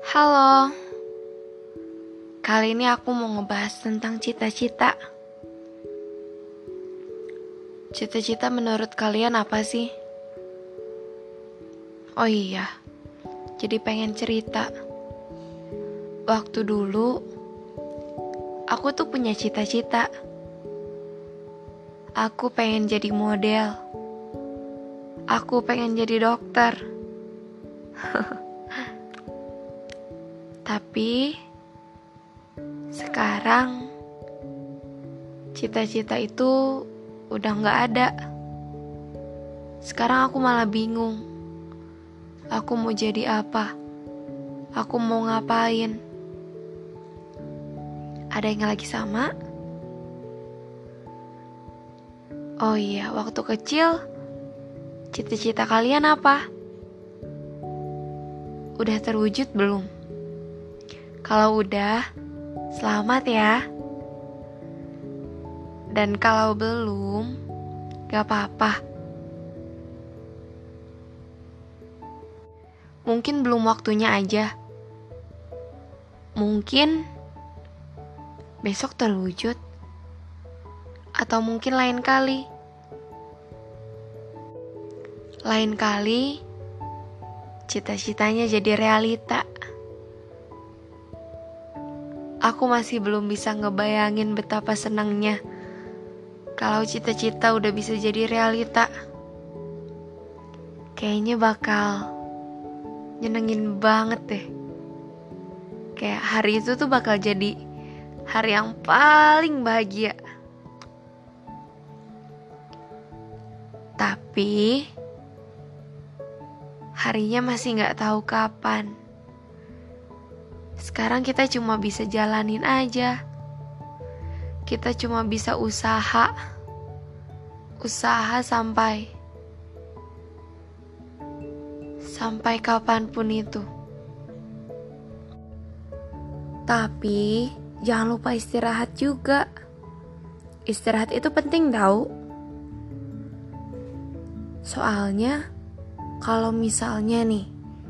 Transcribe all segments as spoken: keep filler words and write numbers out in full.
Halo, kali ini aku mau ngebahas tentang cita-cita. Cita-cita menurut kalian apa sih? Oh iya, jadi pengen cerita. Waktu dulu, aku tuh punya cita-cita. Aku pengen jadi model. Aku pengen jadi dokter. Tapi sekarang cita-cita itu udah gak ada. Sekarang aku malah bingung. Aku mau jadi apa? Aku mau ngapain? Ada yang lagi sama? Oh iya, waktu kecil cita-cita kalian apa? Udah terwujud belum? Kalau udah, selamat ya. Dan kalau belum, gak apa-apa. Mungkin belum waktunya aja. Mungkin besok terwujud. Atau mungkin lain kali. Lain kali, cita-citanya jadi realita. Aku masih belum bisa ngebayangin betapa senangnya kalau cita-cita udah bisa jadi realita. Kayaknya bakal nyenengin banget deh. Kayak hari itu tuh bakal jadi hari yang paling bahagia. Tapi harinya masih gak tahu kapan. Sekarang kita cuma bisa jalanin aja. Kita cuma bisa usaha. Usaha sampai Sampai kapanpun itu. Tapi jangan lupa istirahat juga. Istirahat itu penting tau. Soalnya kalau misalnya nih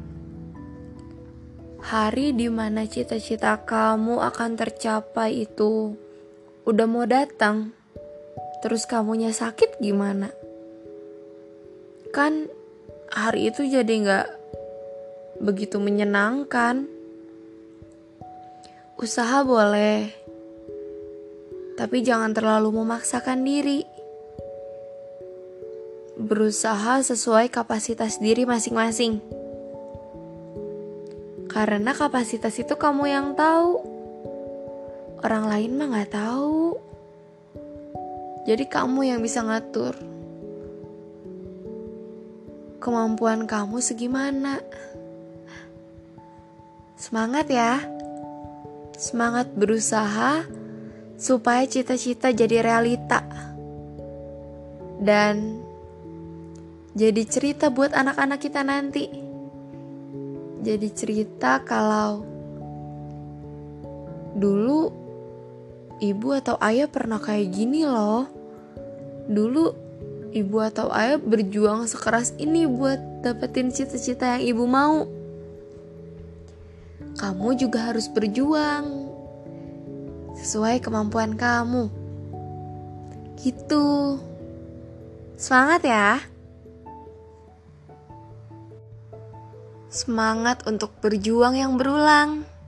hari dimana cita-cita kamu akan tercapai itu udah mau datang, terus kamunya sakit gimana? Kan hari itu jadi gak begitu menyenangkan. Usaha boleh, tapi jangan terlalu memaksakan diri. Berusaha sesuai kapasitas diri masing-masing. Karena kapasitas itu kamu yang tahu. Orang lain mah gak tahu. Jadi kamu yang bisa ngatur kemampuan kamu segimana. Semangat ya. Semangat berusaha supaya cita-cita jadi realita. Dan jadi cerita buat anak-anak kita nanti. Jadi cerita kalau dulu ibu atau ayah pernah kayak gini loh. Dulu ibu atau ayah berjuang sekeras ini buat dapetin cita-cita yang ibu mau. Kamu juga harus berjuang sesuai kemampuan kamu. Gitu. Semangat ya. Semangat untuk berjuang yang berulang.